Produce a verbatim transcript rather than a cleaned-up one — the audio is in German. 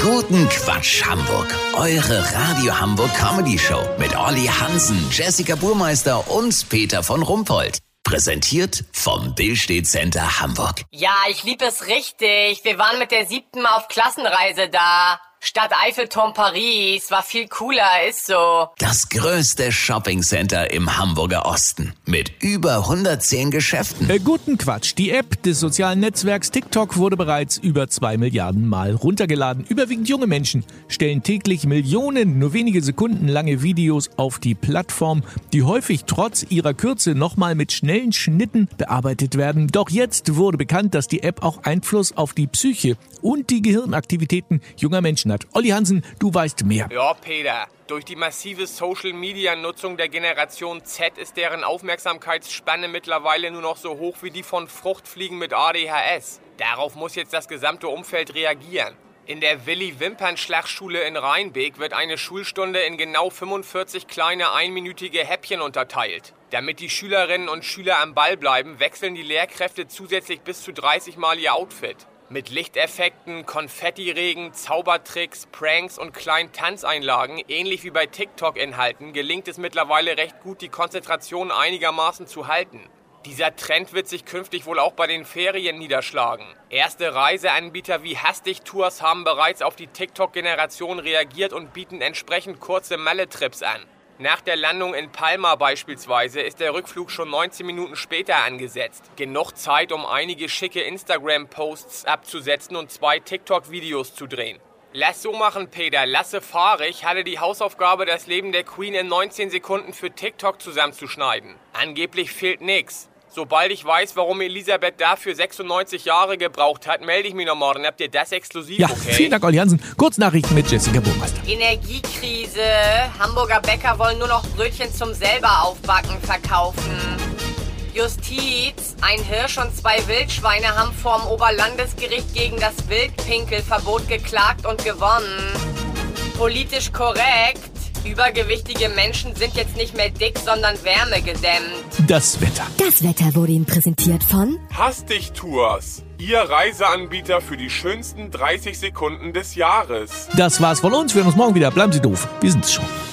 Guten Quatsch Hamburg, eure Radio Hamburg Comedy Show mit Olli Hansen, Jessica Burmeister und Peter von Rumpold. Präsentiert vom Billstedt Center Hamburg. Ja, ich lieb es richtig. Wir waren mit der siebten Mal auf Klassenreise da. Stadt Eiffelturm Paris, war viel cooler, ist so. Das größte Shoppingcenter im Hamburger Osten mit über hundertzehn Geschäften. Äh, guten Quatsch. Die App des sozialen Netzwerks TikTok wurde bereits über zwei Milliarden Mal runtergeladen. Überwiegend junge Menschen stellen täglich Millionen, nur wenige Sekunden lange Videos auf die Plattform, die häufig trotz ihrer Kürze nochmal mit schnellen Schnitten bearbeitet werden. Doch jetzt wurde bekannt, dass die App auch Einfluss auf die Psyche und die Gehirnaktivitäten junger Menschen hat. Olli Hansen, du weißt mehr. Ja, Peter. Durch die massive Social-Media-Nutzung der Generation Z ist deren Aufmerksamkeitsspanne mittlerweile nur noch so hoch wie die von Fruchtfliegen mit A D H S. Darauf muss jetzt das gesamte Umfeld reagieren. In der Willi-Wimpernschlag-Schule in Rheinbeek wird eine Schulstunde in genau fünfundvierzig kleine einminütige Häppchen unterteilt. Damit die Schülerinnen und Schüler am Ball bleiben, wechseln die Lehrkräfte zusätzlich bis zu dreißig Mal ihr Outfit. Mit Lichteffekten, Konfettiregen, Zaubertricks, Pranks und kleinen Tanzeinlagen, ähnlich wie bei TikTok-Inhalten, gelingt es mittlerweile recht gut, die Konzentration einigermaßen zu halten. Dieser Trend wird sich künftig wohl auch bei den Ferien niederschlagen. Erste Reiseanbieter wie Hastig Tours haben bereits auf die TikTok-Generation reagiert und bieten entsprechend kurze Malle-Trips an. Nach der Landung in Palma beispielsweise ist der Rückflug schon neunzehn Minuten später angesetzt. Genug Zeit, um einige schicke Instagram-Posts abzusetzen und zwei TikTok-Videos zu drehen. Lass so machen, Peter. Lasse Fahrig hatte die Hausaufgabe, das Leben der Queen in neunzehn Sekunden für TikTok zusammenzuschneiden. Angeblich fehlt nix. Sobald ich weiß, warum Elisabeth dafür sechsundneunzig Jahre gebraucht hat, melde ich mich noch morgen. Habt ihr das exklusiv, Ja, okay? vielen Dank, Olli Hansen. Kurznachrichten mit Jessica Burmeister. Energiekrise. Hamburger Bäcker wollen nur noch Brötchen zum selber aufbacken verkaufen. Justiz. Ein Hirsch und zwei Wildschweine haben vorm Oberlandesgericht gegen das Wildpinkelverbot geklagt und gewonnen. Politisch korrekt. Übergewichtige Menschen sind jetzt nicht mehr dick, sondern wärmegedämmt. Das Wetter. Das Wetter wurde Ihnen präsentiert von Hastig Tours, Ihr Reiseanbieter für die schönsten dreißig Sekunden des Jahres. Das war's von uns. Wir hören uns morgen wieder. Bleiben Sie doof. Wir sind's schon.